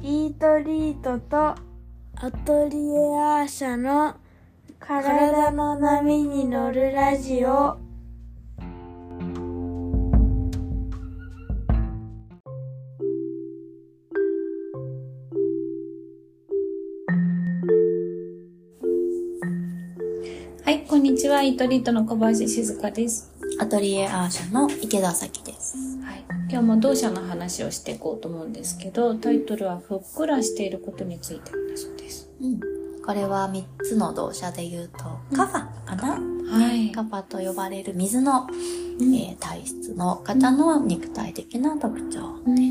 イートリートとアトリエアーシャの体の波に乗るラジオ。 はい、こんにちは。イートリートの小林静香です。 アトリエアーシャの池田咲です。 はい、今日も同社の話をしていこうと思うんですけど、タイトルはふっくらしていることについてだそうです。 これは3つの動詞で言うと、カファかな、 はい、 カファと呼ばれる水の、体質の方の肉体的な特徴です。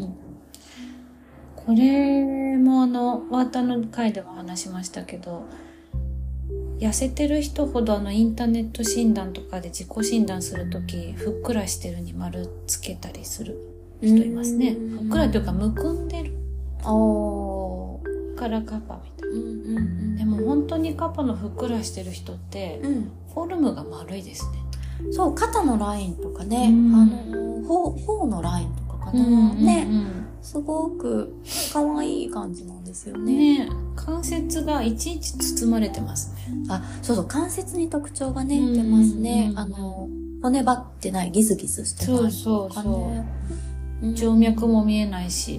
これもワーターの回でも話しましたけど、痩せてる人ほどインターネット診断とかで自己診断するとき、ふっくらしてるに丸つけたりする人いますね。ふっくらというかむくんでるからカパみたいな。でも本当にカパのふっくらしてる人って、フォルムが丸いですね。 そう、肩のラインとかね、頬のラインとかかな、ね、すごく可愛い感じなんですよね。 関節がいちいち包まれてますね。 そうそう、関節に特徴がね、出ますね。骨張ってないギスギスしてないとかね。 静脈も見えないし。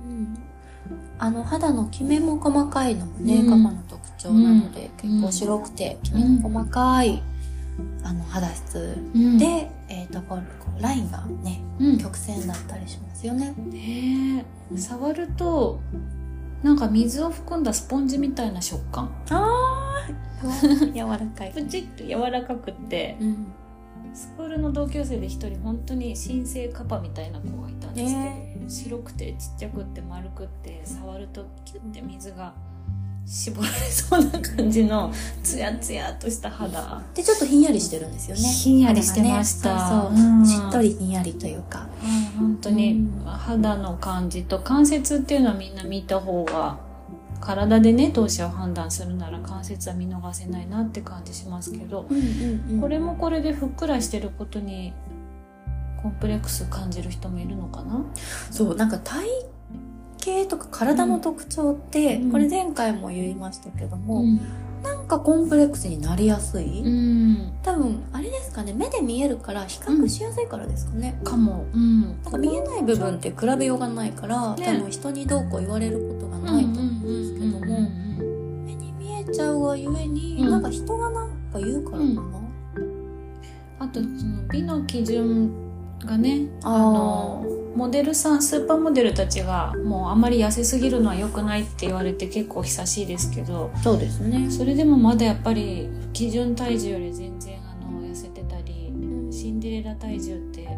肌のキメも細かいのもね、カパの特徴なので、結構白くてキメの細かい、肌質で、ラインがね、曲線だったりしますよね。 触るとなんか水を含んだスポンジみたいな食感。 柔らかい。 プチッと柔らかくって、スクールの同級生で一人本当に新生カパみたいな子がいたんですけど、白くてちっちゃくって丸くって触るとキュッて水が絞られそうな感じのツヤツヤとした肌で、ちょっとひんやりしてるんですよね。 ひんやりしてました。 しっとりひんやりというか、 本当に肌の感じと関節っていうのはみんな見た方が、体でね当社を判断するなら関節は見逃せないなって感じしますけど、これもこれでふっくらしてることにコンプレックス感じる人もいるのかな。 そう、なんか体型とか体の特徴って、これ前回も言いましたけども、なんかコンプレックスになりやすい、多分あれですかね、目で見えるから比較しやすいからですかね、 かも、 なんか見えない部分って比べようがないから、多分人にどうこう言われることがないと思うんですけども、目に見えちゃうがゆえに、なんか人がなんか言うからかな、 あとその美の基準がね、モデルさん、スーパーモデルたちがもうあんまり痩せすぎるのは良くないって言われて結構久しいですけど、 そうですね。 それでもまだやっぱり基準体重より全然痩せてたり、シンデレラ体重って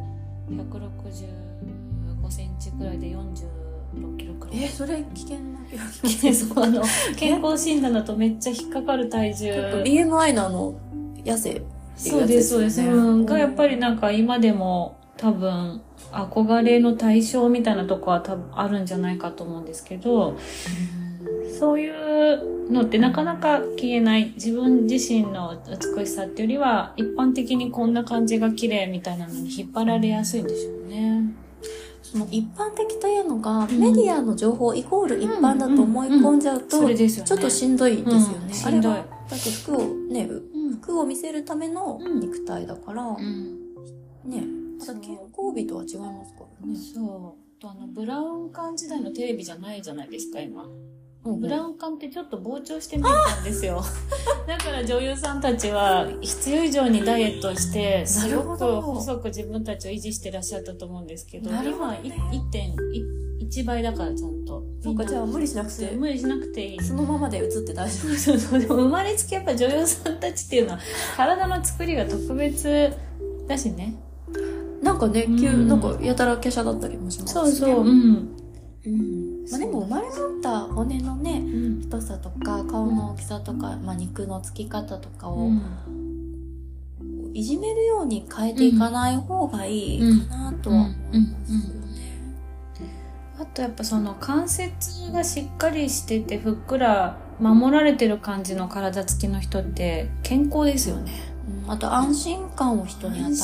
165センチくらいで46キロくらい。 それ危険な病気そう健康診断だとめっちゃ引っかかる体重。 BMI の痩せっていうやつですね。 そうですそうです。がやっぱりなんか今でも多分憧れの対象みたいなとこは多分あるんじゃないかと思うんですけど、そういうのってなかなか消えない、自分自身の美しさっていうよりは一般的にこんな感じが綺麗みたいなのに引っ張られやすいんでしょうね。 その一般的というのが、メディアの情報イコール一般だと思い込んじゃうと、ちょっとしんどいですよね。 しんどい。 あれはだって服を見せるための肉体だから、ね、健康美とは違いますからね。 そう。ブラウン管時代のテレビじゃないじゃないですか、今。ブラウン管ってちょっと膨張して見えたんですよ。だから女優さんたちは必要以上にダイエットして、すごく細く自分たちを維持してらっしゃったと思うんですけど、今 1.1 倍だからちゃんと。 そうか、じゃあ無理しなくていい。そのままで映って大丈夫。 そう。でも生まれつきやっぱ女優さんたちっていうのは体の作りが特別だしね。 なんかね、なんかやたら華奢だったりもしますね。 そう。 でも生まれ持った骨のね、太さとか顔の大きさとか、肉のつき方とかを、いじめるように変えていかない方がいいかなとは思いますよね。 あとやっぱその関節がしっかりしててふっくら守られてる感じの体つきの人って健康ですよね。 あと安心感を人に与える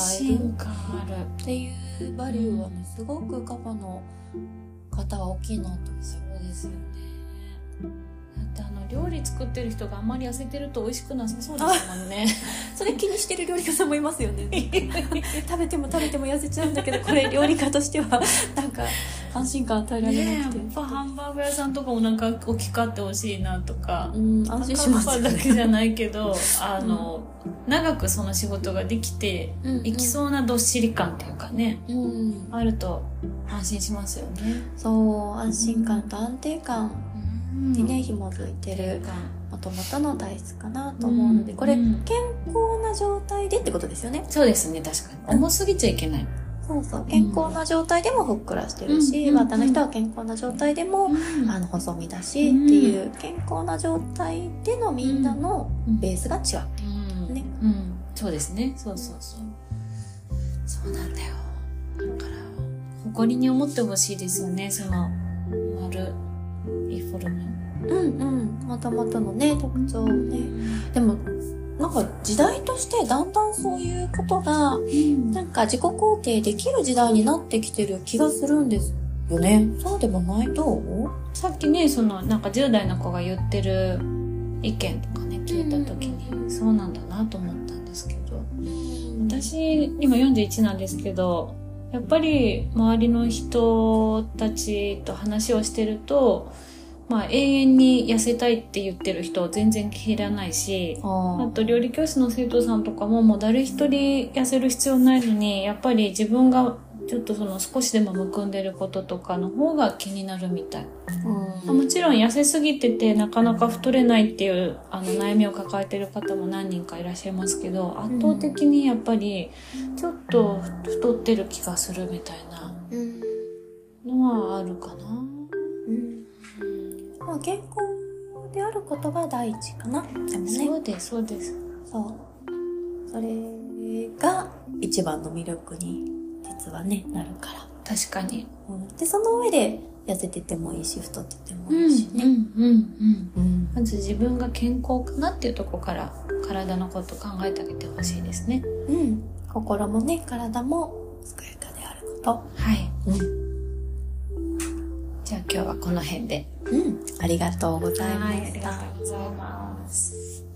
っていうバリューはね、すごくカパの方は大きいなと思う。 そですよね。だって料理作ってる人があんまり痩せてると美味しくなさそうですもんね。 それ気にしてる料理家さんもいますよね。食べても痩せちゃうんだけど、これ料理家としてはなんか安心感与えられなくて、 やっぱハンバーグ屋さんとかもなんか大きかってほしいなとか、 安心しますよね。 だけじゃないけど長くその仕事ができていきそうなどっしり感っていうかね、あると安心しますよね。 そう安心感と安定感にね紐づいてるもともとの体質かなと思うので、これ健康な状態でってことですよね。 そうですね、確かに重すぎちゃいけない。 そうそう、健康な状態でもふっくらしてるし、またの人は健康な状態でも、細身だしっていう健康な状態でのみんなのベースが違う、ね。 そうですね、そうなんだよ。だから誇りに思ってほしいですよね、その丸いフォルム。 もともとのね特徴をね。でもなんか時代としてだんだんそういうことが、なんか自己肯定できる時代になってきてる気がするんですよね。そうでもない？どう？ さっきね、なんか10代の子が言ってる意見とかね、聞いた時に、そうなんだなと思ったんですけど、私、今41なんですけど、やっぱり周りの人たちと話をしてると、永遠に痩せたいって言ってる人は全然減らないし、あと料理教室の生徒さんとかももう誰一人痩せる必要ないのに、やっぱり自分がちょっと少しでもむくんでることとかの方が気になるみたい。もちろん痩せすぎててなかなか太れないっていう悩みを抱えてる方も何人かいらっしゃいますけど、圧倒的にやっぱりちょっと太ってる気がするみたいなのはあるかな。 健康であることが第一かな。でもね、 そうです。 それが一番の魅力に実はねなるから。 確かに。 でその上で痩せててもいいし太っててもいいしね。 まず自分が健康かなっていうところから体のこと考えてあげてほしいですね。 心もね体も健やかであること。 はい。じゃあ今日はこの辺で。 ありがとうございました。 ありがとうございます。